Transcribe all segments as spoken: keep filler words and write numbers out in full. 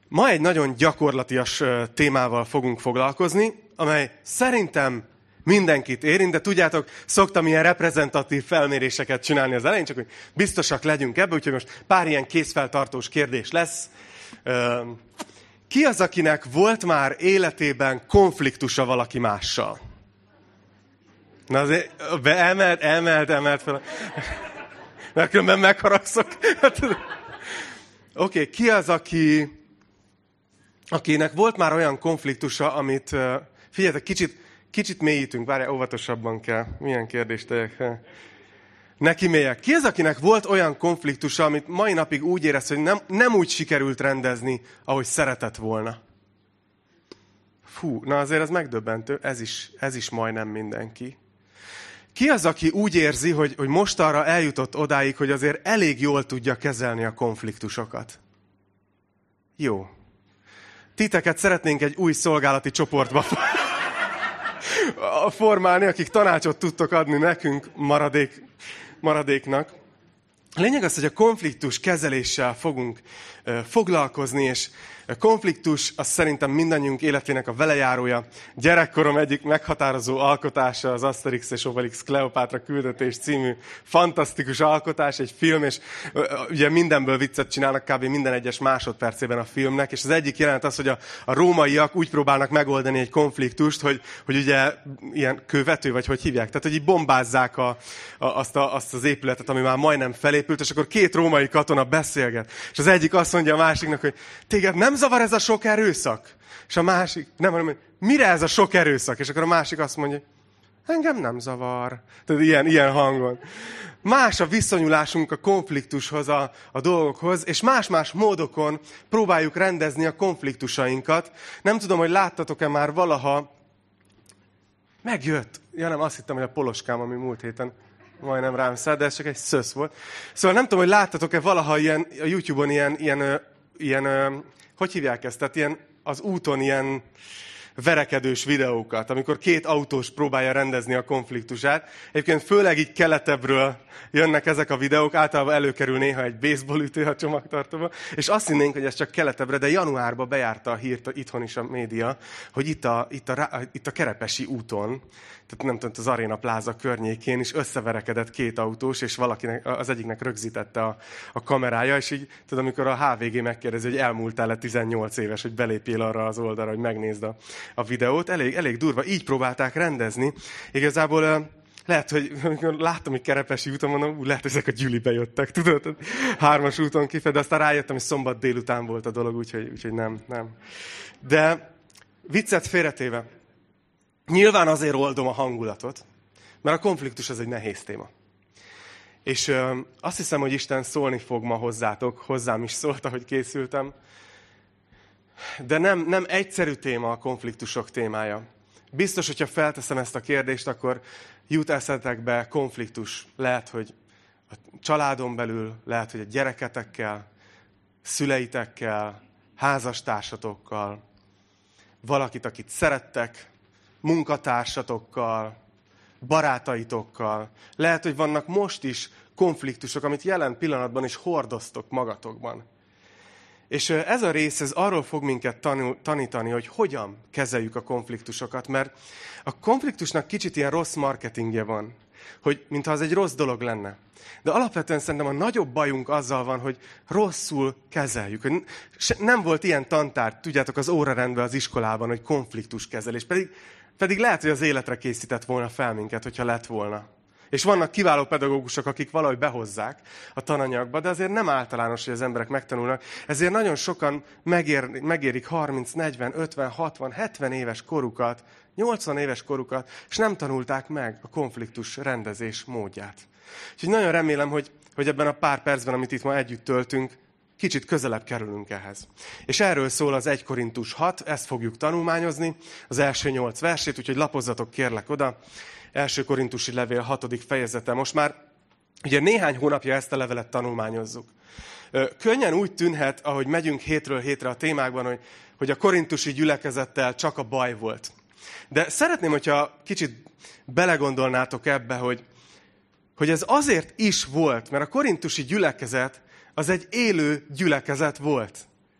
Ma egy nagyon gyakorlatias témával fogunk foglalkozni, amely szerintem mindenkit érint, de tudjátok, szoktam ilyen reprezentatív felméréseket csinálni az elején, csak hogy biztosak legyünk ebbe, úgyhogy most pár ilyen kézfeltartós kérdés lesz. Ki az, akinek volt már életében konfliktusa valaki mással? Na azért, be, emelt, emelt, emelt fel. Mert különben megharagszok. Oké, okay, ki az, aki, akinek volt már olyan konfliktusa, amit, figyeljetek, kicsit, kicsit mélyítünk, várjál, óvatosabban kell. Milyen kérdést tegyek? Neki mélyek. Ki az, akinek volt olyan konfliktusa, amit mai napig úgy érez, hogy nem, nem úgy sikerült rendezni, ahogy szeretett volna? Fú, na azért ez megdöbbentő, ez is, ez is majdnem mindenki. Ki az, aki úgy érzi, hogy, hogy mostanra eljutott odáig, hogy azért elég jól tudja kezelni a konfliktusokat? Jó. Titeket szeretnénk egy új szolgálati csoportba formálni, akik tanácsot tudtok adni nekünk maradék, maradéknak. A lényeg az, hogy a konfliktus kezeléssel fogunk foglalkozni, és a konfliktus az szerintem mindannyiunk életének a velejárója. Gyerekkorom egyik meghatározó alkotása az Asterix és Obelix Kleopátra küldetés című fantasztikus alkotás, egy film, és ugye mindenből viccet csinálnak kb. Minden egyes másodpercében a filmnek, és az egyik jelenet az, hogy a, a rómaiak úgy próbálnak megoldani egy konfliktust, hogy, hogy ugye ilyen kővető, vagy hogy hívják, tehát hogy így bombázzák a, a, azt, a, azt az épületet, ami már majdnem felépült, és akkor két római katona beszélget. És az egyik azt mondja a másiknak, hogy téged nem zavar ez a sok erőszak? És a másik, nem, hanem, mire ez a sok erőszak? És akkor a másik azt mondja, engem nem zavar. Tehát ilyen, ilyen hangon. Más a viszonyulásunk a konfliktushoz, a, a dolgokhoz, és más-más módokon próbáljuk rendezni a konfliktusainkat. Nem tudom, hogy láttatok-e már valaha, megjött. Ja nem, azt hittem, hogy a poloskám, ami múlt héten majdnem rám szállt, de ez csak egy szösz volt. Szóval nem tudom, hogy láttatok-e valaha ilyen, a YouTube-on ilyen, ilyen, ilyen, hogy hívják ezt? Tehát ilyen, az úton ilyen verekedős videókat, amikor két autós próbálja rendezni a konfliktusát. Egyébként főleg így keletebbről jönnek ezek a videók, általában előkerül néha egy baseballütő a csomagtartóba, és azt hinnénk, hogy ez csak keletebbre, de januárban bejárta a hírt itthon is a média, hogy itt a, itt a, itt a Kerepesi úton, tehát nem tudom, az Arena Plaza környékén is összeverekedett két autós, és valakinek, az egyiknek rögzítette a, a kamerája, és így, tudod, amikor a há vé gé megkérdezi, hogy elmúltál-e tizennyolc éves, hogy belépjél arra az oldalra, hogy megnézd a, a videót. Elég, elég durva. Így próbálták rendezni. Igazából lehet, hogy amikor láttam, hogy Kerepesi úton, mondom, úgy lehet, hogy ezek a Gyülibe jöttek, tudod? Hármas úton kifele, de aztán rájöttem, hogy szombat délután volt a dolog, úgyhogy, úgyhogy nem, nem. De viccet félretéve, nyilván azért oldom a hangulatot, mert a konfliktus az egy nehéz téma. És ö, azt hiszem, hogy Isten szólni fog ma hozzátok, hozzám is szólt, ahogy készültem. De nem, nem egyszerű téma a konfliktusok témája. Biztos, hogyha felteszem ezt a kérdést, akkor jut eszetekbe konfliktus. Lehet, hogy a családon belül, lehet, hogy a gyereketekkel, szüleitekkel, házastársatokkal, valakit, akit szerettek, munkatársatokkal, barátaitokkal. Lehet, hogy vannak most is konfliktusok, amit jelen pillanatban is hordoztok magatokban. És ez a rész, ez arról fog minket tanul, tanítani, hogy hogyan kezeljük a konfliktusokat, mert a konfliktusnak kicsit ilyen rossz marketingje van, hogy mintha az egy rossz dolog lenne. De alapvetően szerintem a nagyobb bajunk azzal van, hogy rosszul kezeljük. Hogy nem volt ilyen tantár, tudjátok, az órarendben az iskolában, hogy konfliktuskezelés. Pedig, pedig lehet, hogy az életre készített volna fel minket, hogyha lett volna. És vannak kiváló pedagógusok, akik valahogy behozzák a tananyagba, de azért nem általános, hogy az emberek megtanulnak. Ezért nagyon sokan megér, megérik harminc, negyven, ötven, hatvan, hetven éves korukat, nyolcvan éves korukat, és nem tanulták meg a konfliktus rendezés módját. Úgyhogy nagyon remélem, hogy, hogy ebben a pár percben, amit itt ma együtt töltünk, kicsit közelebb kerülünk ehhez. És erről szól az egy Korintus hat, ezt fogjuk tanulmányozni, az első nyolc versét, úgyhogy lapozzatok kérlek oda. Első Korintusi levél hatodik fejezete. Most már ugye néhány hónapja ezt a levelet tanulmányozzuk. Könnyen úgy tűnhet, ahogy megyünk hétről hétre a témákban, hogy, hogy a korintusi gyülekezettel csak a baj volt. De szeretném, hogyha kicsit belegondolnátok ebbe, hogy, hogy ez azért is volt, mert a korintusi gyülekezet az egy élő gyülekezet volt.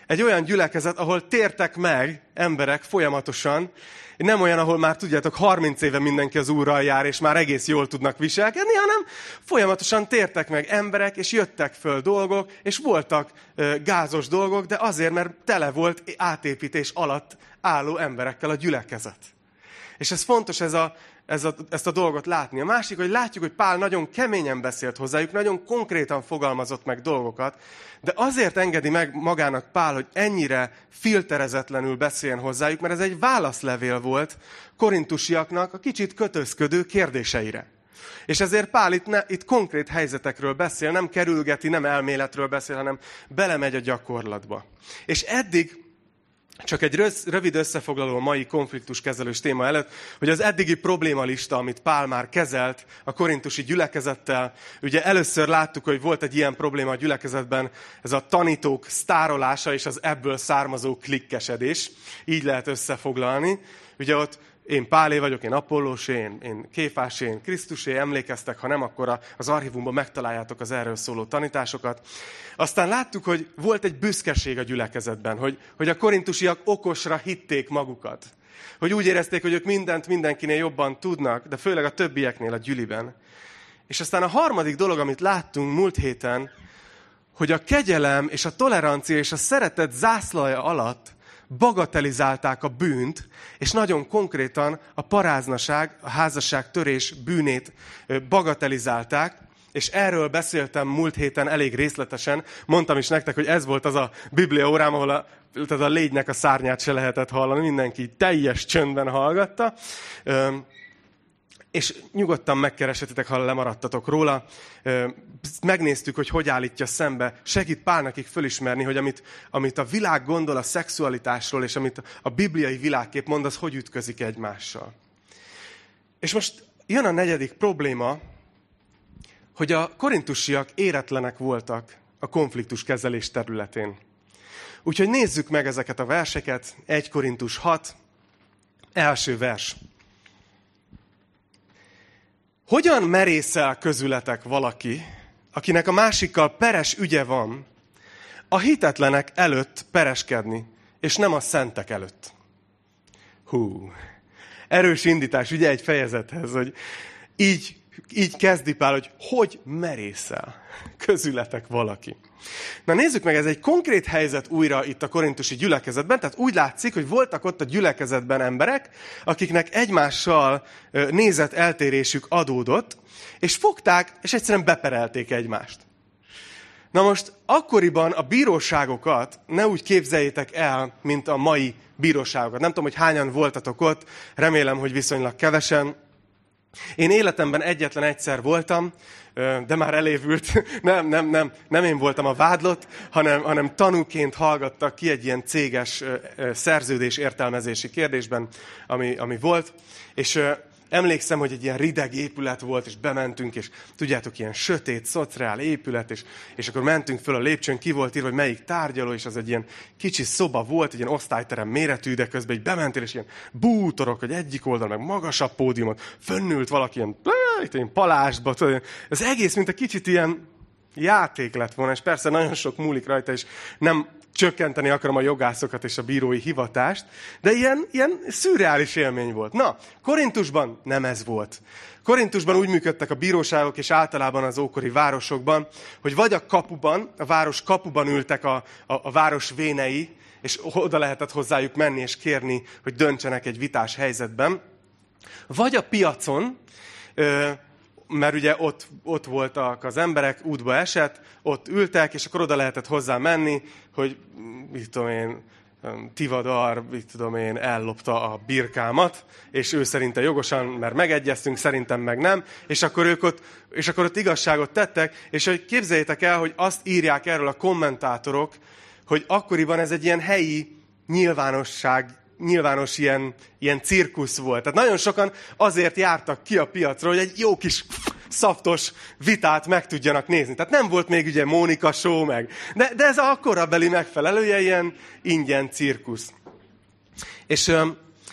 Egy olyan gyülekezet, ahol tértek meg emberek folyamatosan, nem olyan, ahol már tudjátok, harminc éve mindenki az Úrral jár, és már egész jól tudnak viselkedni, hanem folyamatosan tértek meg emberek, és jöttek föl dolgok, és voltak ö, gázos dolgok, de azért, mert tele volt átépítés alatt álló emberekkel a gyülekezet. És ez fontos, ez a, ez a, ezt a dolgot látni. A másik, hogy látjuk, hogy Pál nagyon keményen beszélt hozzájuk, nagyon konkrétan fogalmazott meg dolgokat, de azért engedi meg magának Pál, hogy ennyire filterezetlenül beszéljen hozzájuk, mert ez egy válaszlevél volt korintusiaknak a kicsit kötözködő kérdéseire. És ezért Pál itt, ne, itt konkrét helyzetekről beszél, nem kerülgeti, nem elméletről beszél, hanem belemegy a gyakorlatba. És eddig, csak egy rövid összefoglaló a mai konfliktuskezelős téma előtt, hogy az eddigi problémalista, amit Pál már kezelt a korintusi gyülekezettel, ugye először láttuk, hogy volt egy ilyen probléma a gyülekezetben, ez a tanítók sztárolása és az ebből származó klikkesedés, így lehet összefoglalni. Ugye ott én Pálé vagyok, én Apollósé, én, én Kéfásé, én Krisztusé, emlékeztek, ha nem, akkor az archívumban megtaláljátok az erről szóló tanításokat. Aztán láttuk, hogy volt egy büszkeség a gyülekezetben, hogy, hogy a korintusiak okosra hitték magukat. Hogy úgy érezték, hogy ők mindent mindenkinél jobban tudnak, de főleg a többieknél a gyüliben. És aztán a harmadik dolog, amit láttunk múlt héten, hogy a kegyelem és a tolerancia és a szeretet zászlaja alatt bagatelizálták a bűnt, és nagyon konkrétan a paráznaság, a házasságtörés bűnét bagatelizálták, és erről beszéltem múlt héten elég részletesen. Mondtam is nektek, hogy ez volt az a Biblia órám, ahol a, tehát a légynek a szárnyát se lehetett hallani, mindenki teljes csöndben hallgatta. És nyugodtan megkeresetitek, ha lemaradtatok róla. Megnéztük, hogy hogy állítja szembe. Segít Pál nekik fölismerni, hogy amit, amit a világ gondol a szexualitásról, és amit a bibliai világkép mond, az hogy ütközik egymással. És most jön a negyedik probléma, hogy a korintusiak éretlenek voltak a konfliktuskezelés területén. Úgyhogy nézzük meg ezeket a verseket. egy Korintus hat, első vers. Hogyan merészel közületek valaki, akinek a másikkal peres ügye van, a hitetlenek előtt pereskedni, és nem a szentek előtt? Hú, erős indítás, ugye egy fejezethez, hogy így, így kezdi Pál, hogy hogy merészel közületek valaki. Na nézzük meg, ez egy konkrét helyzet újra itt a korintusi gyülekezetben, tehát úgy látszik, hogy voltak ott a gyülekezetben emberek, akiknek egymással nézet eltérésük adódott, és fogták, és egyszerűen beperelték egymást. Na most akkoriban a bíróságokat ne úgy képzeljétek el, mint a mai bíróságokat. Nem tudom, hogy hányan voltatok ott, remélem, hogy viszonylag kevesen. Én életemben egyetlen egyszer voltam, de már elévült, nem, nem, nem, nem én voltam a vádlott, hanem, hanem tanúként hallgattak ki egy ilyen céges szerződés értelmezési kérdésben, ami, ami volt, és emlékszem, hogy egy ilyen rideg épület volt, és bementünk, és tudjátok, ilyen sötét, szociál épület, és, és akkor mentünk föl a lépcsőn, ki volt írva, hogy melyik tárgyaló, és az egy ilyen kicsi szoba volt, egy ilyen osztályterem méretű, de közben így bementél, és ilyen bútorok, hogy egyik oldal, meg magasabb pódiumot, fönnült valaki ilyen, ilyen palásba, tudod, ez egész, mint egy kicsit ilyen játék lett volna, és persze nagyon sok múlik rajta, és nem csökkenteni akarom a jogászokat és a bírói hivatást, de ilyen, ilyen szürreális élmény volt. Na, Korintusban nem ez volt. Korintusban úgy működtek a bíróságok, és általában az ókori városokban, hogy vagy a kapuban, a város kapuban ültek a, a, a város vénei, és oda lehetett hozzájuk menni és kérni, hogy döntsenek egy vitás helyzetben, vagy a piacon, ö, mert ugye ott, ott voltak az emberek, útba esett, ott ültek, és akkor oda lehetett hozzá menni, hogy mit tudom én, Tivadar, mit tudom én, ellopta a birkámat, és ő szerinte jogosan, mert megegyeztünk, szerintem meg nem, és akkor ők ott, és akkor ott igazságot tettek, és hogy képzeljétek el, hogy azt írják erről a kommentátorok, hogy akkoriban ez egy ilyen helyi nyilvánosság, nyilvános ilyen, ilyen cirkusz volt. Tehát nagyon sokan azért jártak ki a piacra, hogy egy jó kis szaftos vitát meg tudjanak nézni. Tehát nem volt még ugye Mónika show meg. De, de ez a korabeli megfelelője ilyen ingyen cirkusz. És öm,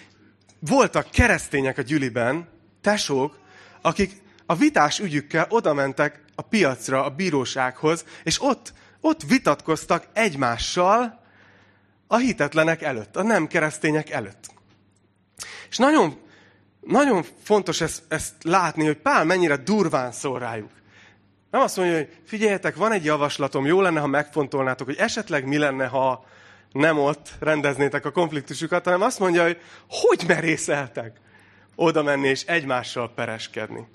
voltak keresztények a gyüliben, tesók, akik a vitás ügyükkel odamentek a piacra, a bírósághoz, és ott, ott vitatkoztak egymással, a hitetlenek előtt, a nem keresztények előtt. És nagyon, nagyon fontos ezt, ezt látni, hogy Pál mennyire durván szól rájuk. Nem azt mondja, hogy figyeljetek, van egy javaslatom, jó lenne, ha megfontolnátok, hogy esetleg mi lenne, ha nem ott rendeznétek a konfliktusukat, hanem azt mondja, hogy hogy merészeltek oda menni és egymással pereskedni.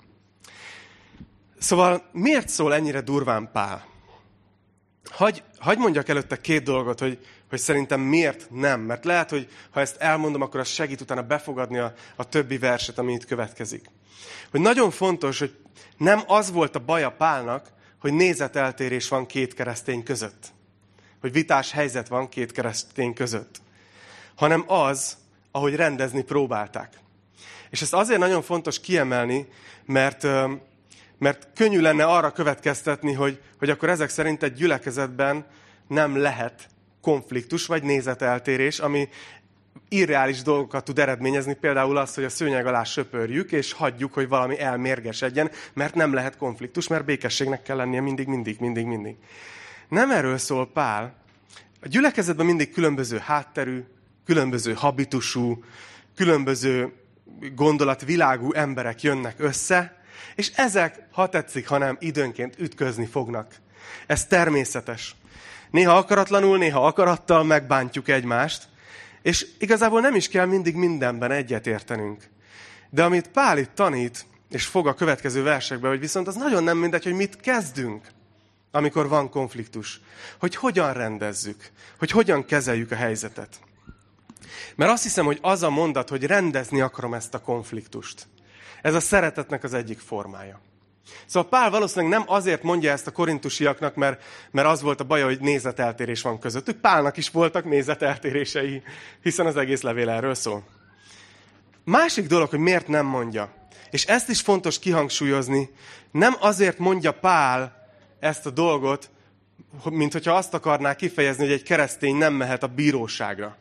Szóval miért szól ennyire durván Pál? Hagy, hagy mondjak előtte két dolgot, hogy, hogy szerintem miért nem. Mert lehet, hogy ha ezt elmondom, akkor az segít utána befogadni a, a többi verset, ami itt következik. Hogy nagyon fontos, hogy nem az volt a baja Pálnak, hogy nézeteltérés van két keresztény között. Hogy vitás helyzet van két keresztény között. Hanem az, ahogy rendezni próbálták. És ezt azért nagyon fontos kiemelni, mert... Mert könnyű lenne arra következtetni, hogy, hogy akkor ezek szerint egy gyülekezetben nem lehet konfliktus vagy nézeteltérés, ami irreális dolgokat tud eredményezni, például az, hogy a szőnyeg alá söpörjük, és hagyjuk, hogy valami elmérgesedjen, mert nem lehet konfliktus, mert békességnek kell lennie mindig, mindig, mindig, mindig. Nem erről szól Pál. A gyülekezetben mindig különböző hátterű, különböző habitusú, különböző gondolatvilágú emberek jönnek össze, és ezek, ha tetszik, ha nem, időnként ütközni fognak. Ez természetes. Néha akaratlanul, néha akarattal megbántjuk egymást, és igazából nem is kell mindig mindenben egyetértenünk. De amit Pál itt tanít, és fog a következő versekbe, hogy viszont az nagyon nem mindegy, hogy mit kezdünk, amikor van konfliktus. Hogy hogyan rendezzük, hogy hogyan kezeljük a helyzetet. Mert azt hiszem, hogy az a mondat, hogy rendezni akarom ezt a konfliktust. Ez a szeretetnek az egyik formája. Szóval Pál valószínűleg nem azért mondja ezt a korintusiaknak, mert, mert az volt a baja, hogy nézeteltérés van közöttük. Pálnak is voltak nézeteltérései, hiszen az egész levél erről szól. Másik dolog, hogy miért nem mondja. És ezt is fontos kihangsúlyozni. Nem azért mondja Pál ezt a dolgot, mint hogyha azt akarná kifejezni, hogy egy keresztény nem mehet a bíróságra.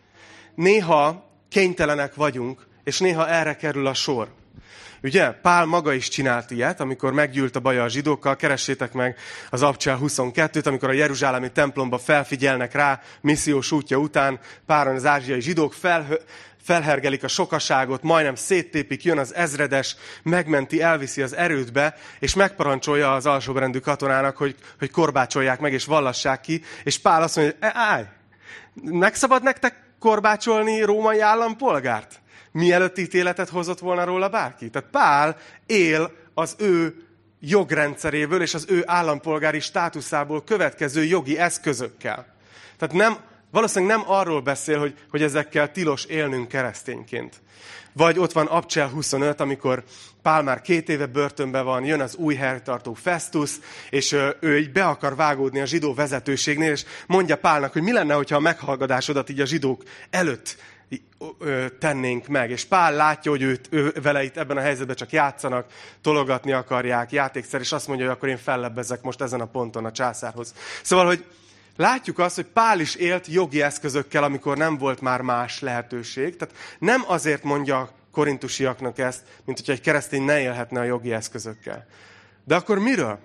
Néha kénytelenek vagyunk, és néha erre kerül a sor. Ugye, Pál maga is csinált ilyet, amikor meggyűlt a baja a zsidókkal, keressétek meg az Abcsel huszonkettőt, amikor a jeruzsálemi templomba felfigyelnek rá missziós útja után, páran az ázsiai zsidók fel, felhergelik a sokaságot, majdnem széttépik, jön az ezredes, megmenti, elviszi az erődbe, és megparancsolja az alsóbrendű katonának, hogy, hogy korbácsolják meg, és vallassák ki, és Pál azt mondja, hogy állj, megszabad nektek korbácsolni római állampolgárt? Mielőtt ítéletet hozott volna róla bárki. Tehát Pál él az ő jogrendszeréből és az ő állampolgári státuszából következő jogi eszközökkel. Tehát nem, valószínűleg nem arról beszél, hogy, hogy ezekkel tilos élnünk keresztényként. Vagy ott van Abcsel huszonöt, amikor Pál már két éve börtönben van, jön az új helytartó Festus, és ő így be akar vágódni a zsidó vezetőségnél, és mondja Pálnak, hogy mi lenne, hogyha a meghallgatásodat így a zsidók előtt tennénk meg. És Pál látja, hogy őt, ő, vele itt ebben a helyzetben csak játszanak, tologatni akarják, játékszer, és azt mondja, hogy akkor én fellebbezek most ezen a ponton a császárhoz. Szóval, hogy látjuk azt, hogy Pál is élt jogi eszközökkel, amikor nem volt már más lehetőség. Tehát nem azért mondja a korintusiaknak ezt, mint hogyha egy keresztény ne élhetne a jogi eszközökkel. De akkor miről?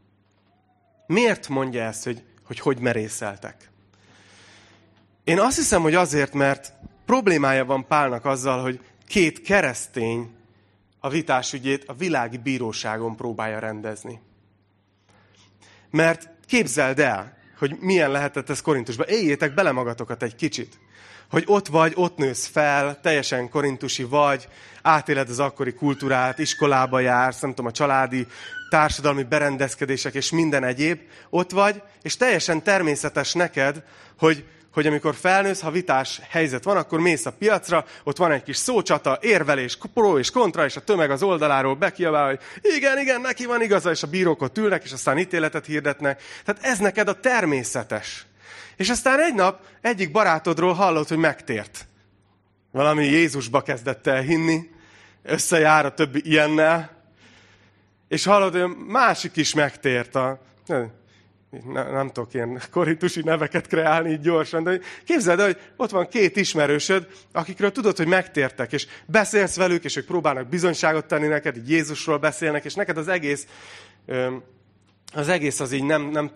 Miért mondja ezt, hogy hogy, hogy merészeltek? Én azt hiszem, hogy azért, mert problémája van Pálnak azzal, hogy két keresztény a vitásügyét a világi bíróságon próbálja rendezni. Mert képzeld el, hogy milyen lehetett ez Korintusban. Éljétek bele magatokat egy kicsit. Hogy ott vagy, ott nősz fel, teljesen korintusi vagy, átéled az akkori kultúrát, iskolába jársz, nem tudom, a családi, társadalmi berendezkedések és minden egyéb. Ott vagy, és teljesen természetes neked, hogy hogy amikor felnősz, ha vitás helyzet van, akkor mész a piacra, ott van egy kis szócsata, érvelés, pró és kontra, és a tömeg az oldaláról bekiabál, hogy igen, igen, neki van igaza, és a bírók ott ülnek, és aztán ítéletet hirdetnek. Tehát ez neked a természetes. És aztán egy nap egyik barátodról hallod, hogy megtért. Valami Jézusba kezdett el hinni, összejár a többi ilyennel, és hallod, hogy másik is megtért. A... Nem, nem tudok ilyen korintusi neveket kreálni így gyorsan, de képzeld el, hogy ott van két ismerősöd, akikről tudod, hogy megtértek, és beszélsz velük, és ők próbálnak bizonyságot tenni neked, így Jézusról beszélnek, és neked az egész, az egész az így nem, nem túl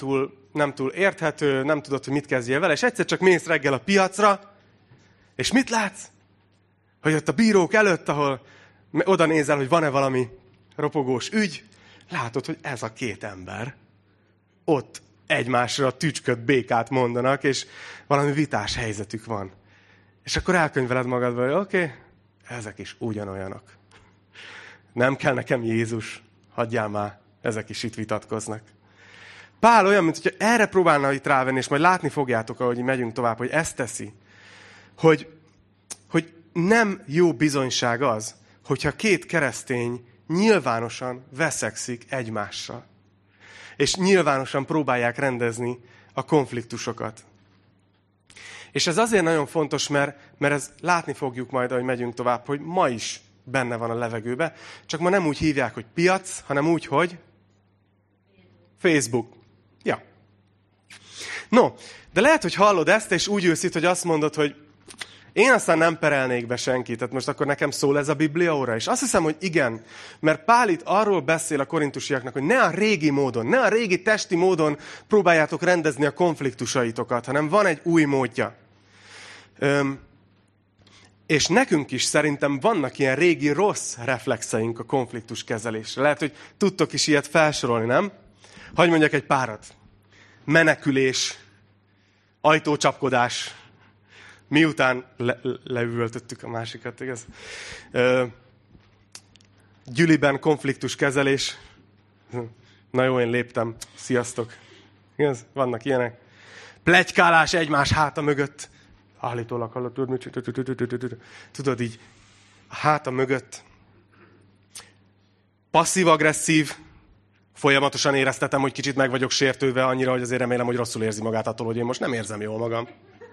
nem túl érthető, nem tudod, hogy mit kezdjél vele, és egyszer csak mész reggel a piacra, és mit látsz? Hogy ott a bírók előtt, ahol oda nézel, hogy van-e valami ropogós ügy, látod, hogy ez a két ember ott egymásra tücskött békát mondanak, és valami vitás helyzetük van. És akkor elkönyveled magadba, hogy oké, okay, ezek is ugyanolyanok. Nem kell nekem Jézus, hagyjál már, ezek is itt vitatkoznak. Pál olyan, mint hogyha erre próbálna itt rávenni, és majd látni fogjátok, ahogy megyünk tovább, hogy ezt teszi. Hogy, hogy nem jó bizonyság az, hogyha két keresztény nyilvánosan veszekszik egymással. És nyilvánosan próbálják rendezni a konfliktusokat. És ez azért nagyon fontos, mert, mert ez látni fogjuk majd, ahogy megyünk tovább, hogy ma is benne van a levegőbe. Csak ma nem úgy hívják, hogy piac, hanem úgy, hogy Facebook. Ja. No, de lehet, hogy hallod ezt, és úgy ülsz itt, hogy azt mondod, hogy én aztán nem perelnék be senkit, tehát most akkor nekem szól ez a Biblia óra. És azt hiszem, hogy igen, mert Pál itt arról beszél a korintusiaknak, hogy ne a régi módon, ne a régi testi módon próbáljátok rendezni a konfliktusaitokat, hanem van egy új módja. Öm, és nekünk is szerintem vannak ilyen régi rossz reflexeink a konfliktus kezelésre. Lehet, hogy tudtok is ilyet felsorolni, nem? Hagy mondjak egy párat. Menekülés, ajtócsapkodás, miután le, leüvöltöttük a másikat, igaz? Ö, gyüliben konfliktus kezelés. Na jó, én léptem. Sziasztok. Igaz? Vannak ilyenek. Pletykálás egymás háta mögött. Állítólag hallott, tudod így, a háta mögött. Passzív-agresszív. Folyamatosan éreztetem, hogy kicsit meg vagyok sértődve annyira, hogy azért remélem, hogy rosszul érzi magát attól, hogy én most nem érzem jól magam.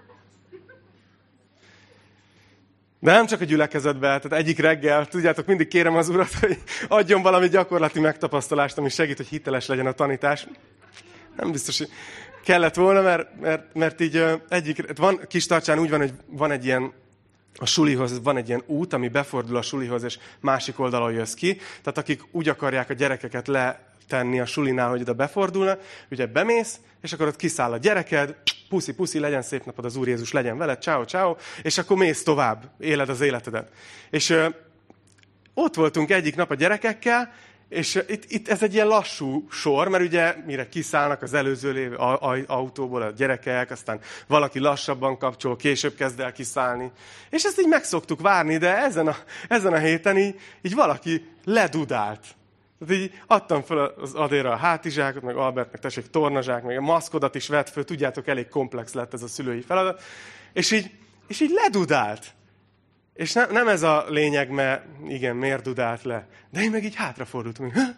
De nem csak a gyülekezetben, tehát egyik reggel, tudjátok, mindig kérem az Urat, hogy adjon valami gyakorlati megtapasztalást, ami segít, hogy hiteles legyen a tanítás. Nem biztos, hogy kellett volna, mert, mert, mert így egyik, van, Kistarcsán úgy van, hogy van egy ilyen, a sulihoz van egy ilyen út, ami befordul a sulihoz, és másik oldalon jössz ki. Tehát akik úgy akarják a gyerekeket letenni a sulinál, hogy oda befordulna, ugye bemész, és akkor ott kiszáll a gyereked, puszi, puszi, legyen szép napod, az Úr Jézus legyen veled, ciao, ciao, és akkor mész tovább, éled az életedet. És ö, ott voltunk egyik nap a gyerekekkel, és ö, itt, itt ez egy ilyen lassú sor, mert ugye mire kiszállnak az előző lévő autóból a gyerekek, aztán valaki lassabban kapcsol, később kezd el kiszállni. És ezt így meg szoktuk várni, de ezen a, ezen a héten így, így valaki ledudált. Tehát így adtam fel az Adéra a hátizsákot, meg Albertnek tessék tornazsák, meg a maszkodat is vett föl, tudjátok, elég komplex lett ez a szülői feladat, és így, és így ledudált. És ne, nem ez a lényeg, mert igen, miért dudált le, de én meg így hátrafordultam, hogy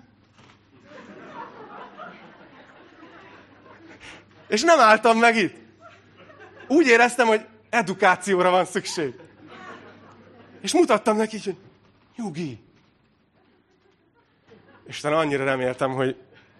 és nem álltam meg itt. Úgy éreztem, hogy edukációra van szükség. És mutattam neki, hogy nyugi. És talán annyira reméltem, hogy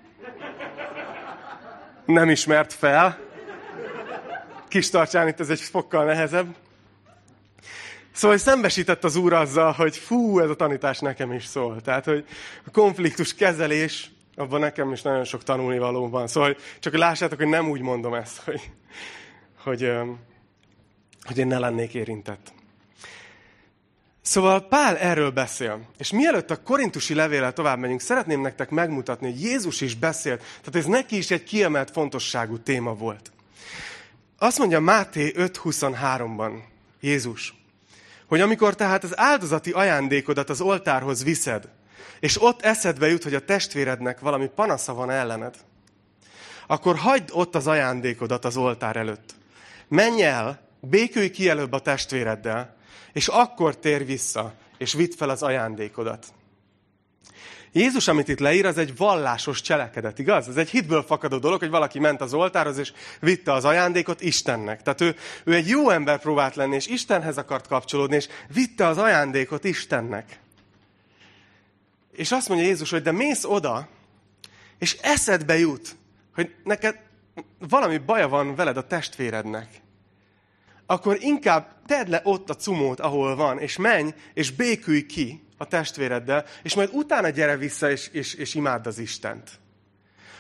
nem ismert fel. Kistarcsán itt ez egy fokkal nehezebb. Szóval szembesített az Úr azzal, hogy fú, ez a tanítás nekem is szól. Tehát, hogy a konfliktus kezelés, abban nekem is nagyon sok tanulnivaló van. Szóval csak lássátok, hogy nem úgy mondom ezt, hogy, hogy, hogy én ne lennék érintett. Szóval Pál erről beszél. És mielőtt a korintusi levéllel tovább megyünk, szeretném nektek megmutatni, hogy Jézus is beszélt. Tehát ez neki is egy kiemelt fontosságú téma volt. Azt mondja Máté öt huszonháromban Jézus, hogy amikor tehát az áldozati ajándékodat az oltárhoz viszed, és ott eszedbe jut, hogy a testvérednek valami panasza van ellened, akkor hagyd ott az ajándékodat az oltár előtt. Menj el, békülj ki előbb a testvéreddel, és akkor tér vissza, és vidd fel az ajándékodat. Jézus, amit itt leír, az egy vallásos cselekedet, igaz? Ez egy hitből fakadó dolog, hogy valaki ment az oltárhoz, és vitte az ajándékot Istennek. Tehát ő, ő egy jó ember próbált lenni, és Istenhez akart kapcsolódni, és vitte az ajándékot Istennek. És azt mondja Jézus, hogy de mész oda, és eszedbe jut, hogy neked valami baja van veled a testvérednek. Akkor inkább tedd le ott a cumót, ahol van, és menj, és békülj ki a testvéreddel, és majd utána gyere vissza, és, és, és imádd az Istent.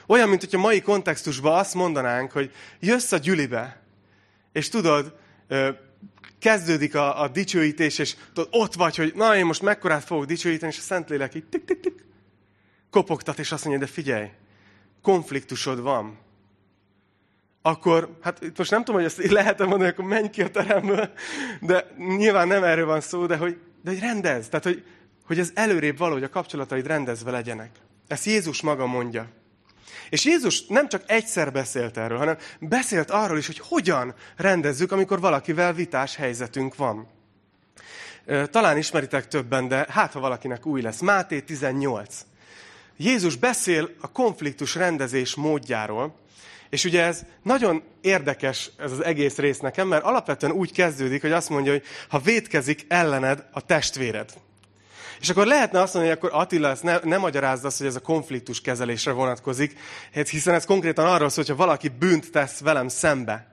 Olyan, mint hogyha mai kontextusban azt mondanánk, hogy jössz a gyülibe, és tudod, kezdődik a, a dicsőítés, és tudod, ott vagy, hogy na, én most mekkorát fogok dicsőíteni, és a Szentlélek így tik-tik-tik kopogtat, és azt mondja, de figyelj, konfliktusod van. Akkor, hát itt most nem tudom, hogy ezt lehet-e mondani, akkor menj ki a teremből, de nyilván nem erről van szó, de hogy, de hogy rendezd, tehát hogy, hogy ez előrébb való, hogy a kapcsolataid rendezve legyenek. Ezt Jézus maga mondja. És Jézus nem csak egyszer beszélt erről, hanem beszélt arról is, hogy hogyan rendezzük, amikor valakivel vitás helyzetünk van. Talán ismeritek többen, de hát ha valakinek új lesz. Máté tizennyolc. Jézus beszél a konfliktus rendezés módjáról, és ugye ez nagyon érdekes, ez az egész rész nekem, mert alapvetően úgy kezdődik, hogy azt mondja, hogy ha vétkezik ellened a testvéred. És akkor lehetne azt mondani, hogy akkor Attila, ezt ne, ne magyarázd azt, hogy ez a konfliktus kezelésre vonatkozik, hiszen ez konkrétan arról szól, hogyha valaki bűnt tesz velem szembe.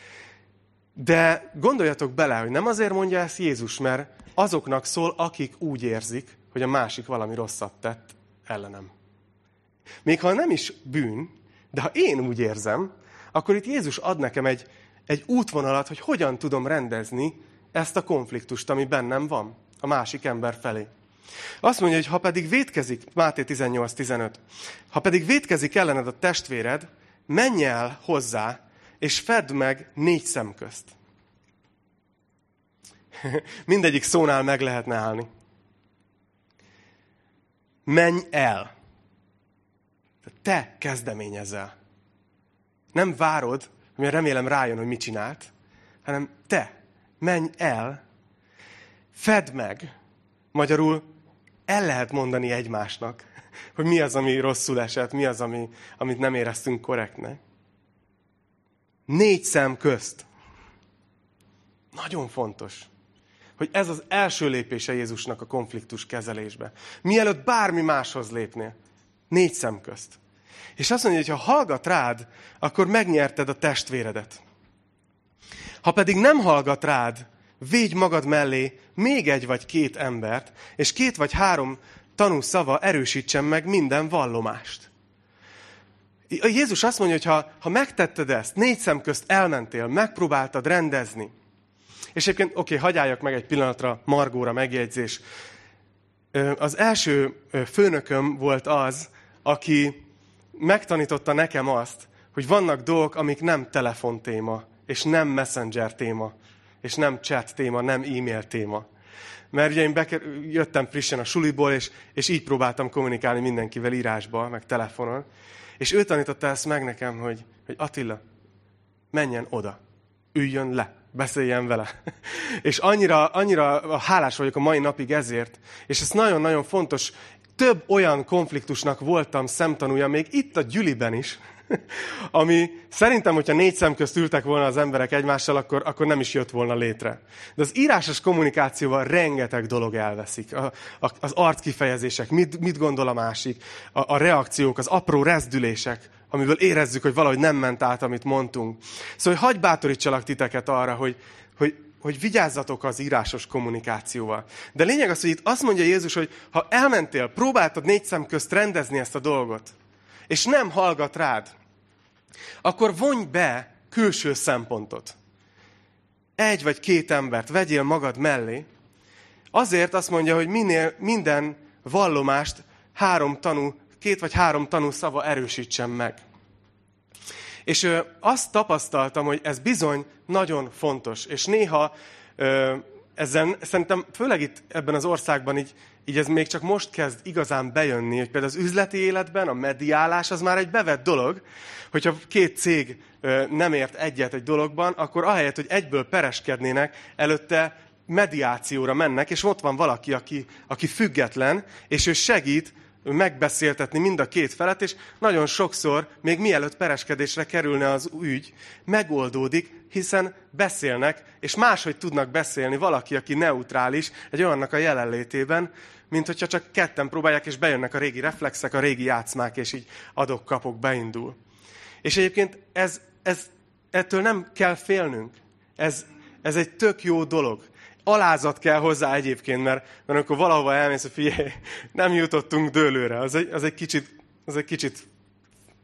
De gondoljatok bele, hogy nem azért mondja ezt Jézus, mert azoknak szól, akik úgy érzik, hogy a másik valami rosszat tett ellenem. Még ha nem is bűn, de ha én úgy érzem, akkor itt Jézus ad nekem egy, egy útvonalat, hogy hogyan tudom rendezni ezt a konfliktust, ami bennem van a másik ember felé. Azt mondja, hogy ha pedig vétkezik, Máté tizennyolc tizenöt, ha pedig vétkezik ellened a testvéred, menj el hozzá, és fedd meg négy szem közt. Mindegyik szónál meg lehetne állni. Menj el. Te kezdeményezel. Nem várod, amire remélem rájön, hogy mit csinált, hanem te menj el, fedd meg. Magyarul el lehet mondani egymásnak, hogy mi az, ami rosszul esett, mi az, ami, amit nem éreztünk korrektnek. Négy szem közt. Nagyon fontos, hogy ez az első lépése Jézusnak a konfliktus kezelésbe. Mielőtt bármi máshoz lépnél. Négy szem közt. És azt mondja, hogy ha hallgat rád, akkor megnyerted a testvéredet. Ha pedig nem hallgat rád, védj magad mellé még egy vagy két embert, és két vagy három tanú szava erősítsen meg minden vallomást. A Jézus azt mondja, hogy ha, ha megtetted ezt, négy szem közt elmentél, megpróbáltad rendezni, és egyébként, oké, okay, hagyjáljak meg egy pillanatra Margóra megjegyzés. Az első főnököm volt az, aki megtanította nekem azt, hogy vannak dolgok, amik nem telefontéma, és nem messenger téma, és nem chat téma, nem e-mail téma. Mert ugye én beker, jöttem frissen a suliból, és, és így próbáltam kommunikálni mindenkivel írásba, meg telefonon. És ő tanította ezt meg nekem, hogy, hogy Attila, menjen oda, üljön le, beszéljen vele. És annyira, annyira hálás vagyok a mai napig ezért, és ez nagyon-nagyon fontos. Több olyan konfliktusnak voltam szemtanúja, még itt a gyüliben is, ami szerintem, hogyha négy szem közt ültek volna az emberek egymással, akkor, akkor nem is jött volna létre. De az írásos kommunikációval rengeteg dolog elveszik. A, a, az arckifejezések, mit, mit gondol a másik, a, a reakciók, az apró rezdülések, amiből érezzük, hogy valahogy nem ment át, amit mondtunk. Szóval hagyj bátorítsalak titeket arra, hogy, hogy, hogy vigyázzatok az írásos kommunikációval. De lényeg az, hogy itt azt mondja Jézus, hogy ha elmentél, próbáltad négy szem közt rendezni ezt a dolgot, és nem hallgat rád, akkor vonj be külső szempontot. Egy vagy két embert vegyél magad mellé. Azért azt mondja, hogy minél, minden vallomást három tanú, két vagy három tanú szava erősítsen meg. És ö, azt tapasztaltam, hogy ez bizony nagyon fontos. És néha ö, ezzel szerintem, főleg itt ebben az országban így, így ez még csak most kezd igazán bejönni, hogy például az üzleti életben a mediálás az már egy bevett dolog, hogyha két cég ö, nem ért egyet egy dologban, akkor ahelyett, hogy egyből pereskednének, előtte mediációra mennek, és ott van valaki, aki, aki független, és ő segít megbeszéltetni mind a két felet, és nagyon sokszor, még mielőtt pereskedésre kerülne az ügy, megoldódik, hiszen beszélnek, és máshogy tudnak beszélni valaki, aki neutrális, egy olyannak a jelenlétében, mint hogyha csak ketten próbálják, és bejönnek a régi reflexek, a régi játszmák, és így adok-kapok, beindul. És egyébként ez, ez, ettől nem kell félnünk. Ez, ez egy tök jó dolog. Alázat kell hozzá egyébként, mert, mert amikor valahova elmész, hogy figyelj, nem jutottunk dőlőre, az egy, az egy, kicsit, az egy kicsit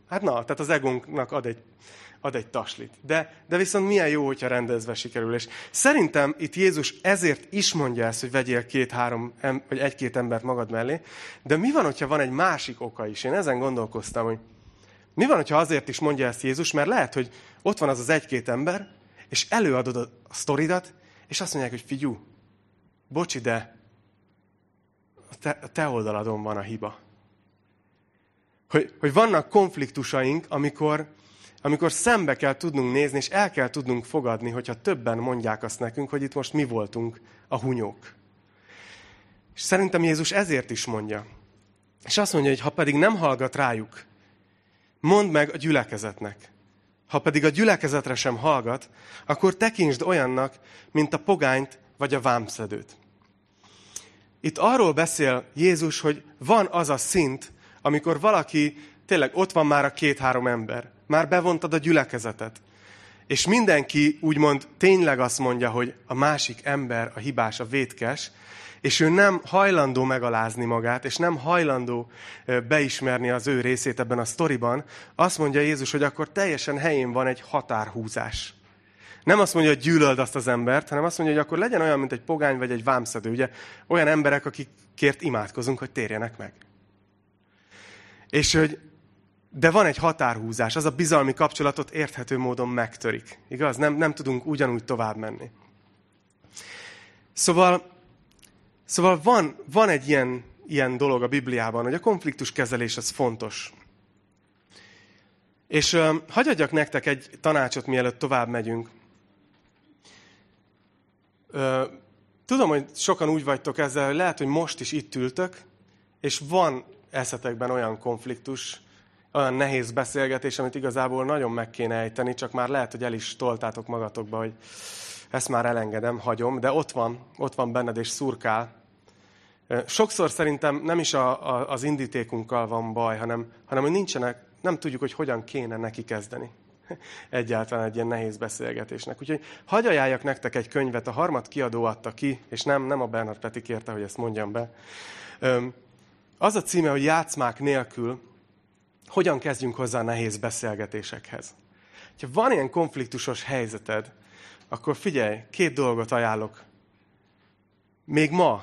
Hát na, tehát az egónknak ad egy, ad egy taslit. De, de viszont milyen jó, hogyha rendezve sikerül. És szerintem itt Jézus ezért is mondja ezt, hogy vegyél két-három, vagy egy-két embert magad mellé. De mi van, hogyha van egy másik oka is? Én ezen gondolkoztam, hogy mi van, hogyha azért is mondja ezt Jézus, mert lehet, hogy ott van az az egy-két ember, és előadod a sztoridat, és azt mondják, hogy figyú, bocsi, de a te, a te oldaladon van a hiba. Hogy, hogy vannak konfliktusaink, amikor, amikor szembe kell tudnunk nézni, és el kell tudnunk fogadni, hogyha többen mondják azt nekünk, hogy itt most mi voltunk a hunyók. És szerintem Jézus ezért is mondja. És azt mondja, hogy ha pedig nem hallgat rájuk, mondd meg a gyülekezetnek. Ha pedig a gyülekezetre sem hallgat, akkor tekintsd olyannak, mint a pogányt vagy a vámszedőt. Itt arról beszél Jézus, hogy van az a szint, amikor valaki, tényleg ott van már a két-három ember, már bevontad a gyülekezetet, és mindenki úgymond tényleg azt mondja, hogy a másik ember a hibás, a vétkes, és ő nem hajlandó megalázni magát, és nem hajlandó beismerni az ő részét ebben a sztoriban, azt mondja Jézus, hogy akkor teljesen helyén van egy határhúzás. Nem azt mondja, hogy gyűlöld azt az embert, hanem azt mondja, hogy akkor legyen olyan, mint egy pogány vagy egy vámszedő. Ugye olyan emberek, akikért imádkozunk, hogy térjenek meg. És hogy, de van egy határhúzás, az a bizalmi kapcsolatot érthető módon megtörik. Igaz? Nem, nem tudunk ugyanúgy tovább menni. Szóval, szóval van, van egy ilyen, ilyen dolog a Bibliában, hogy a konfliktuskezelés az fontos. És uh, hadd adjak nektek egy tanácsot, mielőtt tovább megyünk. Uh, tudom, hogy sokan úgy vagytok ezzel, hogy lehet, hogy most is itt ültök, és van eszetekben olyan konfliktus, olyan nehéz beszélgetés, amit igazából nagyon meg kéne ejteni, csak már lehet, hogy el is toltátok magatokba, hogy ezt már elengedem, hagyom, de ott van, ott van benned és szurkál. Sokszor szerintem nem is a, a, az indítékunkkal van baj, hanem, hanem hogy nincsenek, nem tudjuk, hogy hogyan kéne neki kezdeni. Egyáltalán egy ilyen nehéz beszélgetésnek. Úgyhogy hadd ajánljak nektek egy könyvet, a Harmat kiadó adta ki, és nem, nem a Bernhard Peti kérte, hogy ezt mondjam be. Az a címe, hogy Játszmák nélkül, hogyan kezdjünk hozzá a nehéz beszélgetésekhez. Ha van ilyen konfliktusos helyzeted, akkor figyelj, két dolgot ajánlok. Még ma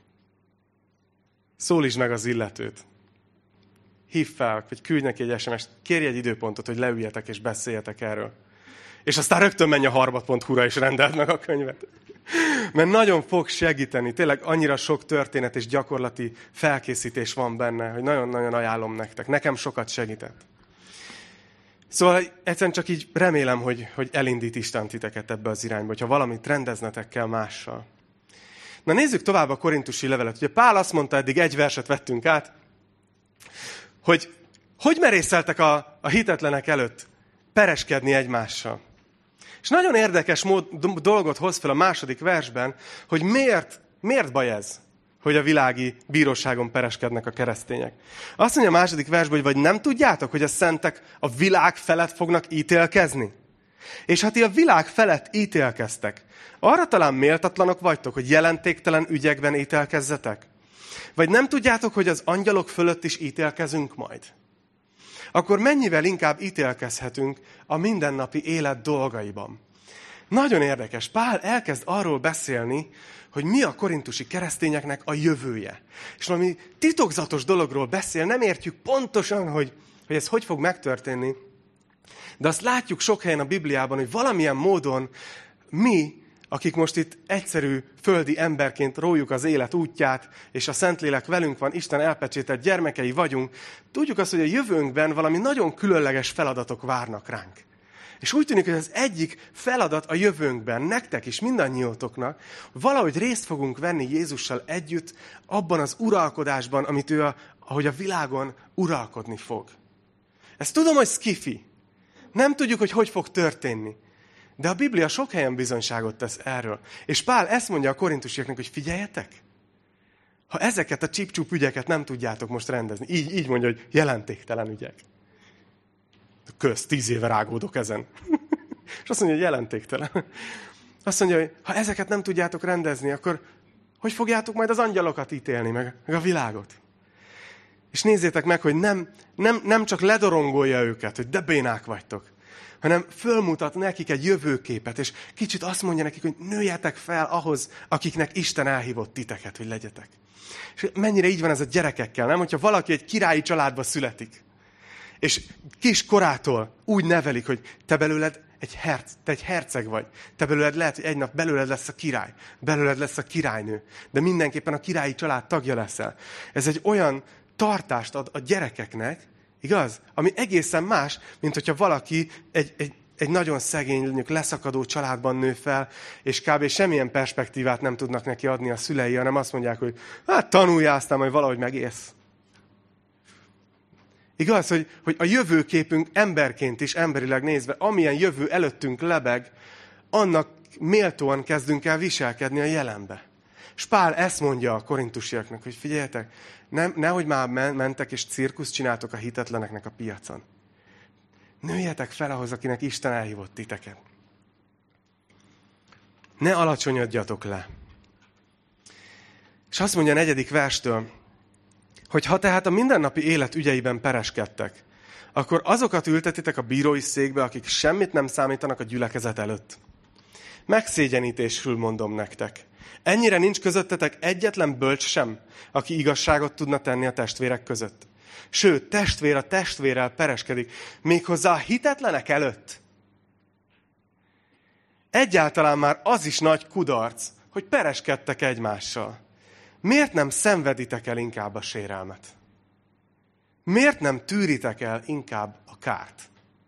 szólítsd meg az illetőt. Hívd fel, vagy küldj neki egy es em est, kérj egy időpontot, hogy leüljetek és beszéljetek erről. És aztán rögtön menj a harmat pont hu-ra és rendeld meg a könyvet. Mert nagyon fog segíteni. Tényleg annyira sok történet és gyakorlati felkészítés van benne, hogy nagyon-nagyon ajánlom nektek. Nekem sokat segített. Szóval egyszerűen csak így remélem, hogy, hogy elindít Isten titeket ebbe az irányba, hogyha valamit rendeznetek kell mással. Na nézzük tovább a korintusi levelet. Ugye Pál azt mondta, eddig egy verset vettünk át, hogy hogy merészeltek a, a hitetlenek előtt pereskedni egymással. És nagyon érdekes mód, dolgot hoz fel a második versben, hogy miért, miért baj ez, hogy a világi bíróságon pereskednek a keresztények. Azt mondja a második versben, hogy vagy nem tudjátok, hogy a szentek a világ felett fognak ítélkezni? És ha ti a világ felett ítélkeztek, arra talán méltatlanok vagytok, hogy jelentéktelen ügyekben ítélkezzetek? Vagy nem tudjátok, hogy az angyalok fölött is ítélkezünk majd? Akkor mennyivel inkább ítélkezhetünk a mindennapi élet dolgaiban. Nagyon érdekes. Pál elkezd arról beszélni, hogy mi a korintusi keresztényeknek a jövője. És valami titokzatos dologról beszél, nem értjük pontosan, hogy, hogy ez hogy fog megtörténni. De azt látjuk sok helyen a Bibliában, hogy valamilyen módon mi, akik most itt egyszerű földi emberként rójuk az élet útját, és a Szentlélek velünk van, Isten elpecsételt gyermekei vagyunk, tudjuk azt, hogy a jövőnkben valami nagyon különleges feladatok várnak ránk. És úgy tűnik, hogy az egyik feladat a jövőnkben, nektek is, mindannyiótoknak, valahogy részt fogunk venni Jézussal együtt abban az uralkodásban, amit ő, a, ahogy a világon uralkodni fog. Ezt tudom, hogy szkifi. Nem tudjuk, hogy hogy fog történni. De a Biblia sok helyen bizonyságot tesz erről. És Pál ezt mondja a korintusiaknak, hogy figyeljetek, ha ezeket a csip-csup ügyeket nem tudjátok most rendezni, így, így mondja, hogy jelentéktelen ügyek. Kösz, tíz éve rágódok ezen. És azt mondja, hogy jelentéktelen. Azt mondja, hogy ha ezeket nem tudjátok rendezni, akkor hogy fogjátok majd az angyalokat ítélni, meg, meg a világot? És nézzétek meg, hogy nem, nem, nem csak ledorongolja őket, hogy de bénák vagytok, hanem fölmutat nekik egy jövőképet, és kicsit azt mondja nekik, hogy nőjetek fel ahhoz, akiknek Isten elhívott titeket, hogy legyetek. És mennyire így van ez a gyerekekkel, nem? Hogyha valaki egy királyi családba születik, és kis korától úgy nevelik, hogy te belőled egy herc, te egy herceg vagy. Te belőled lehet, hogy egy nap belőled lesz a király. Belőled lesz a királynő. De mindenképpen a királyi család tagja leszel. Ez egy olyan tartást ad a gyerekeknek, igaz? Ami egészen más, mint hogyha valaki egy, egy, egy nagyon szegény, mondjuk leszakadó családban nő fel, és kb. Semmilyen perspektívát nem tudnak neki adni a szülei, hanem azt mondják, hogy hát tanuljál, aztán majd valahogy megélsz. Igaz, hogy, hogy a jövőképünk emberként is, emberileg nézve, amilyen jövő előttünk lebeg, annak méltóan kezdünk el viselkedni a jelenbe. És Pál ezt mondja a korintusiaknak, hogy figyeljetek, nem, nehogy már mentek és cirkuszt csináltok a hitetleneknek a piacon. Nőjetek fel ahhoz, akinek Isten elhívott titeket. Ne alacsonyodjatok le. És azt mondja a negyedik verstől, hogy ha tehát a mindennapi élet ügyeiben pereskedtek, akkor azokat ültetitek a bírói székbe, akik semmit nem számítanak a gyülekezet előtt. Megszégyenítésül mondom nektek. Ennyire nincs közöttetek egyetlen bölcs sem, aki igazságot tudna tenni a testvérek között. Sőt, testvér a testvérrel pereskedik, méghozzá a hitetlenek előtt. Egyáltalán már az is nagy kudarc, hogy pereskedtek egymással. Miért nem szenveditek el inkább a sérelmet? Miért nem tűritek el inkább a kárt?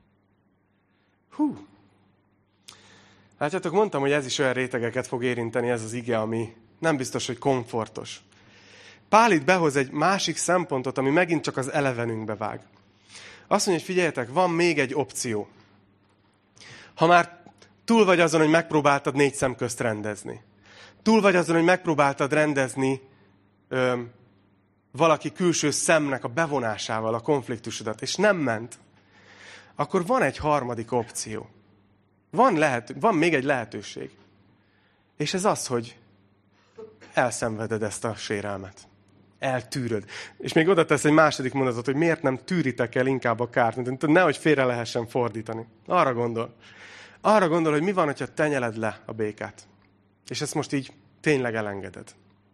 Hú! Látjátok, mondtam, hogy ez is olyan rétegeket fog érinteni, ez az ige, ami nem biztos, hogy komfortos. Pál itt behoz egy másik szempontot, ami megint csak az elevenünkbe vág. Azt mondja, hogy figyeljetek, van még egy opció. Ha már túl vagy azon, hogy megpróbáltad négy szem közt rendezni. Túl vagy azon, hogy megpróbáltad rendezni ö, valaki külső szemnek a bevonásával a konfliktusodat, és nem ment, akkor van egy harmadik opció. Van, lehet, van még egy lehetőség. És ez az, hogy elszenveded ezt a sérelmet. Eltűröd. És még oda tesz egy második mondatot, hogy miért nem tűritek el inkább a kárt. Nehogy félre lehessen fordítani. Arra gondol. Arra gondol, hogy mi van, hogyha tenyeled le a békát. És ezt most így tényleg elengeded.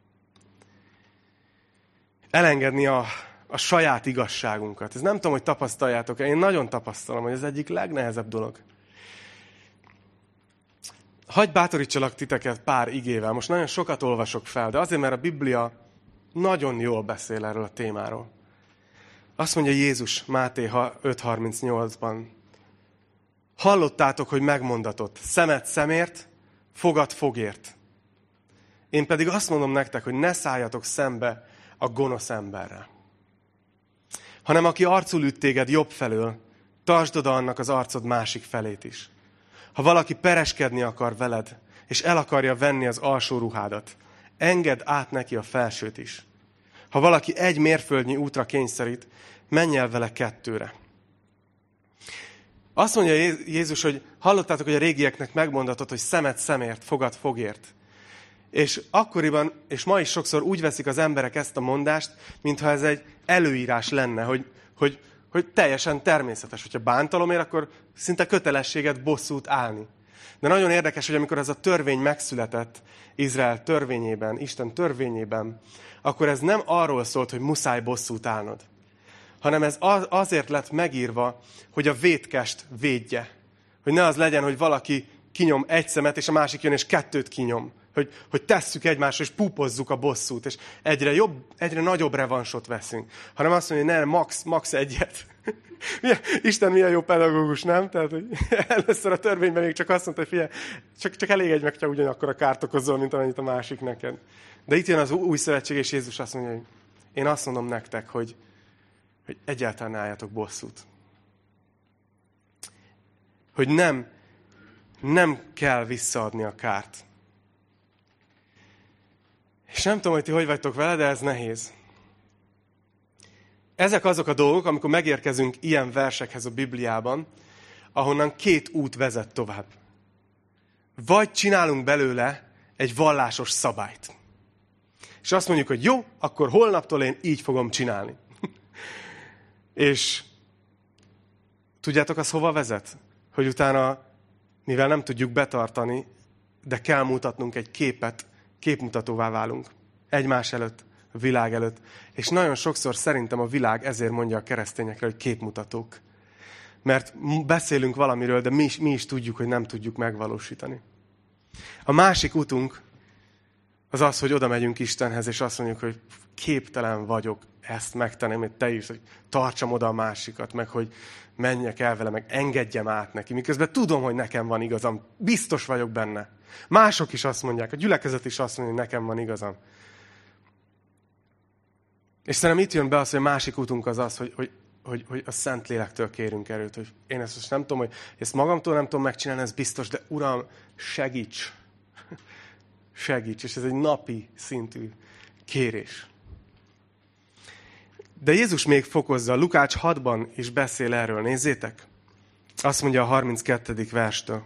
Elengedni a, a saját igazságunkat. Ez nem tudom, hogy tapasztaljátok-e. Én nagyon tapasztalom, hogy ez egyik legnehezebb dolog. Hagy bátorítsalak titeket pár igével. Most nagyon sokat olvasok fel, de azért, mert a Biblia nagyon jól beszél erről a témáról. Azt mondja Jézus Máté öt harmincnyolcban. Hallottátok, hogy megmondatott, szemet szemért, fogad fogért. Én pedig azt mondom nektek, hogy ne szálljatok szembe a gonosz emberrel. Hanem aki arcul üt téged jobb felől, tartsd oda annak az arcod másik felét is. Ha valaki pereskedni akar veled, és el akarja venni az alsó ruhádat, engedd át neki a felsőt is. Ha valaki egy mérföldnyi útra kényszerít, menj el vele kettőre. Azt mondja Jézus, hogy hallottátok, hogy a régieknek megmondatott, hogy szemet szemért, fogad fogért. És akkoriban, és ma is sokszor úgy veszik az emberek ezt a mondást, mintha ez egy előírás lenne, hogy, hogy, hogy teljesen természetes. Hogyha bántalomért, akkor szinte kötelességet bosszút állni. De nagyon érdekes, hogy amikor ez a törvény megszületett Izrael törvényében, Isten törvényében, akkor ez nem arról szólt, hogy muszáj bosszút állnod, hanem ez azért lett megírva, hogy a vétkest védje. Hogy ne az legyen, hogy valaki kinyom egy szemet, és a másik jön, és kettőt kinyom. Hogy, hogy tesszük egymásra, és púpozzuk a bosszút, és egyre jobb, egyre nagyobb revansot veszünk. Hanem azt mondja, hogy ne, max, max egyet. Isten milyen jó pedagógus, nem? Tehát, hogy először a törvényben még csak azt mondta, hogy figyelj, csak, csak elég egy meg, hogyha ugyanakkor a kárt okozol, mint amennyit a másik neked. De itt jön az új szövetség, és Jézus azt mondja, hogy én azt mondom nektek, hogy, hogy egyáltalán ne álljatok bosszút. Hogy nem, nem kell visszaadni a kárt. És nem tudom, hogy ti hogy vagytok vele, de ez nehéz. Ezek azok a dolgok, amikor megérkezünk ilyen versekhez a Bibliában, ahonnan két út vezet tovább. Vagy csinálunk belőle egy vallásos szabályt. És azt mondjuk, hogy jó, akkor holnaptól én így fogom csinálni. És tudjátok, az hova vezet? Hogy utána, mivel nem tudjuk betartani, de kell mutatnunk egy képet, képmutatóvá válunk. Egymás előtt, a világ előtt. És nagyon sokszor szerintem a világ ezért mondja a keresztényekre, hogy képmutatók. Mert beszélünk valamiről, de mi is, mi is tudjuk, hogy nem tudjuk megvalósítani. A másik utunk az az, hogy oda megyünk Istenhez, és azt mondjuk, hogy képtelen vagyok ezt megtenni, hogy te is, hogy tartsam oda a másikat, meg hogy menjek el vele, meg engedjem át neki. Miközben tudom, hogy nekem van igazam. Biztos vagyok benne. Mások is azt mondják, a gyülekezet is azt mondja, hogy nekem van igazam. És szerintem itt jön be az, hogy a másik útunk az az, hogy, hogy, hogy, hogy a Szentlélektől kérünk erőt. Hogy én ezt most nem tudom, hogy ezt magamtól nem tudom megcsinálni, ez biztos, de Uram, segíts! Segíts! És ez egy napi szintű kérés. De Jézus még fokozza, Lukács hatban is beszél erről, nézzétek. Azt mondja a harminckettedik verstől.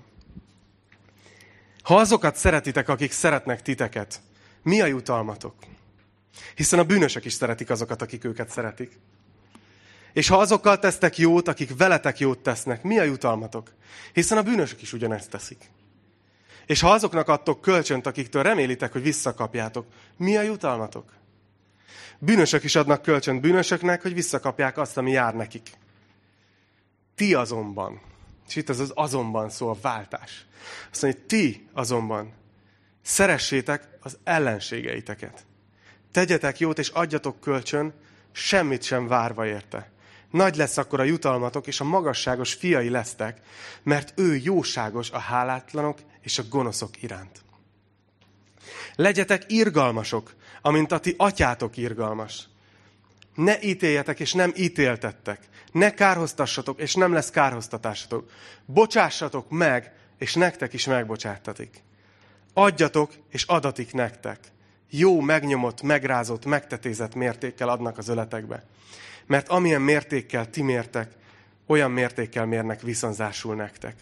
Ha azokat szeretitek, akik szeretnek titeket, mi a jutalmatok? Hiszen a bűnösök is szeretik azokat, akik őket szeretik. És ha azokkal tesztek jót, akik veletek jót tesznek, mi a jutalmatok? Hiszen a bűnösök is ugyanezt teszik. És ha azoknak adtok kölcsönt, akiktől remélitek, hogy visszakapjátok, mi a jutalmatok? Bűnösök is adnak kölcsönt bűnösöknek, hogy visszakapják azt, ami jár nekik. Ti azonban, és itt az az azonban szó, a váltás. Azt mondja, hogy ti azonban szeressétek az ellenségeiteket. Tegyetek jót, és adjatok kölcsön, semmit sem várva érte. Nagy lesz akkor a jutalmatok, és a magasságos fiai lesztek, mert ő jóságos a hálátlanok és a gonoszok iránt. Legyetek irgalmasok, amint a ti atyátok irgalmas. Ne ítéljetek, és nem ítéltettek. Ne kárhoztassatok, és nem lesz kárhoztatásatok. Bocsássatok meg, és nektek is megbocsáttatik. Adjatok, és adatik nektek. Jó, megnyomott, megrázott, megtetézett mértékkel adnak az öletekbe. Mert amilyen mértékkel ti mértek, olyan mértékkel mérnek viszonzásul nektek.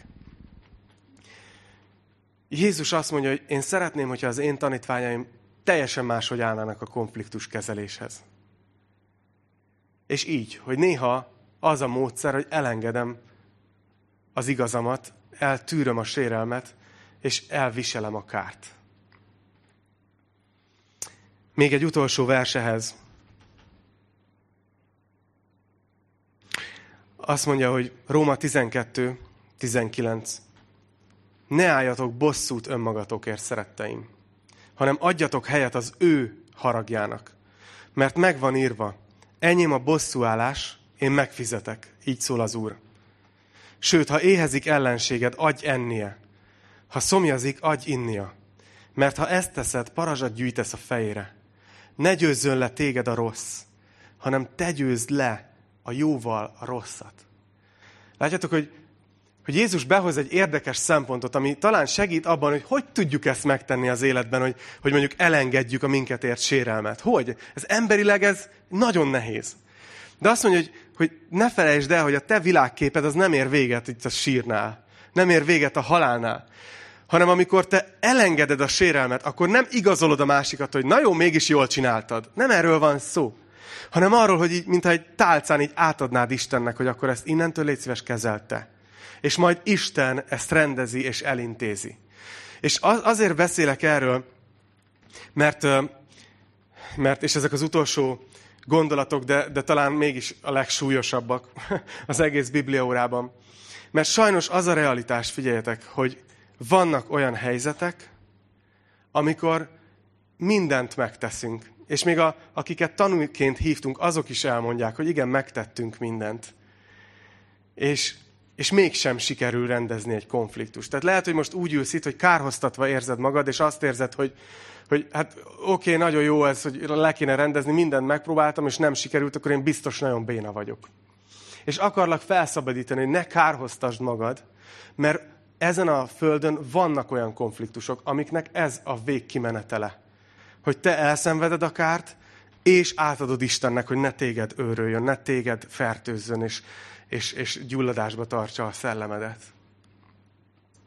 Jézus azt mondja, hogy én szeretném, hogyha az én tanítványaim teljesen máshogy állnának a konfliktus kezeléshez. És így, hogy néha az a módszer, hogy elengedem az igazamat, eltűröm a sérelmet, és elviselem a kárt. Még egy utolsó versehez. Azt mondja, hogy Róma tizenkettő tizenkilenc. Ne álljatok bosszút önmagatokért, szeretteim, hanem adjatok helyet az ő haragjának. Mert megvan írva, enyém a bosszúállás, én megfizetek, így szól az Úr. Sőt, ha éhezik ellenséged, adj ennie. Ha szomjazik, adj innia. Mert ha ezt teszed, parazsat gyűjtesz a fejére. Ne győzzön le téged a rossz, hanem te győzd le a jóval a rosszat. Látjátok, hogy, hogy Jézus behoz egy érdekes szempontot, ami talán segít abban, hogy hogy tudjuk ezt megtenni az életben, hogy, hogy mondjuk elengedjük a minket ért sérelmet. Hogy? Ez emberileg ez nagyon nehéz. De azt mondja, hogy, hogy ne felejtsd el, hogy a te világképed az nem ér véget itt a sírnál. Nem ér véget a halálnál. Hanem amikor te elengeded a sérelmet, akkor nem igazolod a másikat, hogy na jó, mégis jól csináltad. Nem erről van szó. Hanem arról, hogy így, mintha egy tálcán így átadnád Istennek, hogy akkor ezt innentől légy szíves kezelte. És majd Isten ezt rendezi és elintézi. És azért beszélek erről, mert, mert és ezek az utolsó gondolatok, de, de talán mégis a legsúlyosabbak az egész bibliaórában. Mert sajnos az a realitás, figyeljetek, hogy vannak olyan helyzetek, amikor mindent megteszünk. És még a, akiket tanúként hívtunk, azok is elmondják, hogy igen, megtettünk mindent. És, és mégsem sikerül rendezni egy konfliktust. Tehát lehet, hogy most úgy ülsz itt, hogy kárhoztatva érzed magad, és azt érzed, hogy, hogy hát oké, okay, nagyon jó ez, hogy le kéne rendezni, mindent megpróbáltam, és nem sikerült, akkor én biztos nagyon béna vagyok. És akarlak felszabadítani, hogy ne kárhoztasd magad, mert ezen a földön vannak olyan konfliktusok, amiknek ez a végkimenetele. Hogy te elszenveded a kárt, és átadod Istennek, hogy ne téged őröljön, ne téged fertőzzön, és, és, és gyulladásba tartsa a szellemedet.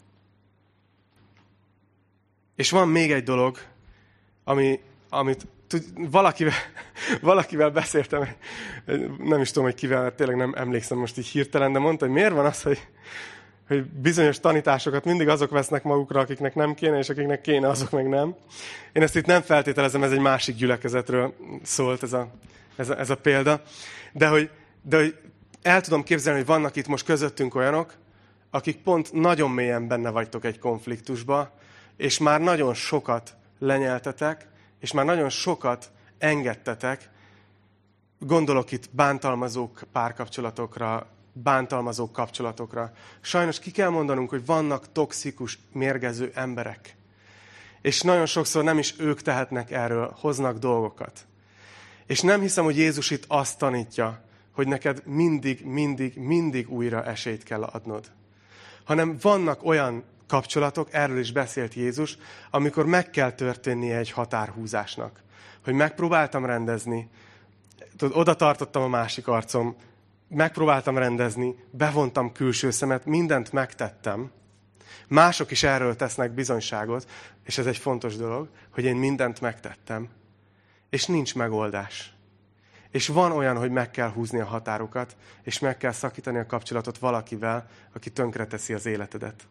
És van még egy dolog, ami, amit valakivel, valakivel beszéltem, nem is tudom, hogy kivel, tényleg nem emlékszem most így hirtelen, de mondta, hogy miért van az, hogy, hogy bizonyos tanításokat mindig azok vesznek magukra, akiknek nem kéne, és akiknek kéne, azok meg nem. Én ezt itt nem feltételezem, ez egy másik gyülekezetről szólt ez a, ez a, ez a példa. De hogy, de hogy el tudom képzelni, hogy vannak itt most közöttünk olyanok, akik pont nagyon mélyen benne vagytok egy konfliktusba, és már nagyon sokat lenyeltetek, és már nagyon sokat engedtetek. Gondolok itt bántalmazók párkapcsolatokra, bántalmazó kapcsolatokra. Sajnos ki kell mondanunk, hogy vannak toxikus, mérgező emberek. És nagyon sokszor nem is ők tehetnek erről, hoznak dolgokat. És nem hiszem, hogy Jézus itt azt tanítja, hogy neked mindig, mindig, mindig újra esélyt kell adnod. Hanem vannak olyan kapcsolatok, erről is beszélt Jézus, amikor meg kell történnie egy határhúzásnak. Hogy megpróbáltam rendezni, tudod, oda tartottam a másik arcom, megpróbáltam rendezni, bevontam külső szemet, mindent megtettem. Mások is erről tesznek bizonyságot, és ez egy fontos dolog, hogy én mindent megtettem, és nincs megoldás. És van olyan, hogy meg kell húzni a határokat, és meg kell szakítani a kapcsolatot valakivel, aki tönkreteszi az életedet.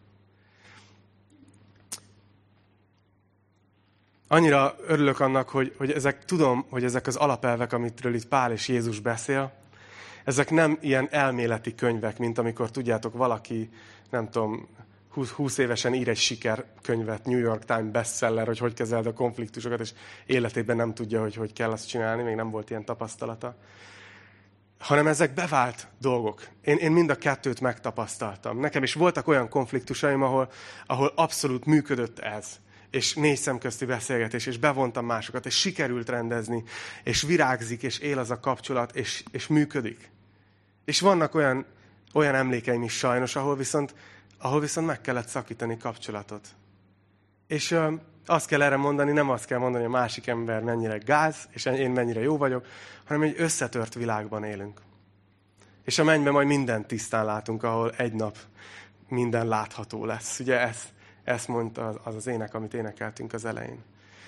Annyira örülök annak, hogy, hogy ezek, tudom, hogy ezek az alapelvek, amitről itt Pál és Jézus beszél, ezek nem ilyen elméleti könyvek, mint amikor tudjátok, valaki, nem tudom, húsz évesen ír egy sikerkönyvet, New York Times bestseller, hogy hogy kezeld a konfliktusokat, és életében nem tudja, hogy hogy kell azt csinálni, még nem volt ilyen tapasztalata. Hanem ezek bevált dolgok. Én, én mind a kettőt megtapasztaltam. Nekem is voltak olyan konfliktusaim, ahol, ahol abszolút működött ez. És négy szemközti beszélgetés, és bevontam másokat, és sikerült rendezni, és virágzik, és él az a kapcsolat, és, és működik. És vannak olyan, olyan emlékeim is sajnos, ahol viszont, ahol viszont meg kellett szakítani kapcsolatot. És ö, azt kell erre mondani, nem azt kell mondani, hogy a másik ember mennyire gáz, és én mennyire jó vagyok, hanem egy összetört világban élünk. És a mennyben majd mindent tisztán látunk, ahol egy nap minden látható lesz. Ugye ez, ezt mondta az az ének, amit énekeltünk az elején.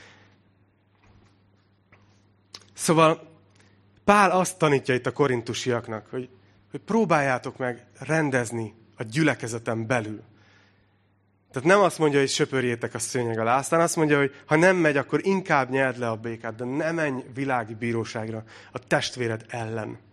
Szóval Pál azt tanítja itt a korintusiaknak, hogy, hogy próbáljátok meg rendezni a gyülekezeten belül. Tehát nem azt mondja, hogy söpörjétek a szőnyeg alá. Aztán azt mondja, hogy ha nem megy, akkor inkább nyerd le a békát, de ne menj világi bíróságra a testvéred ellen.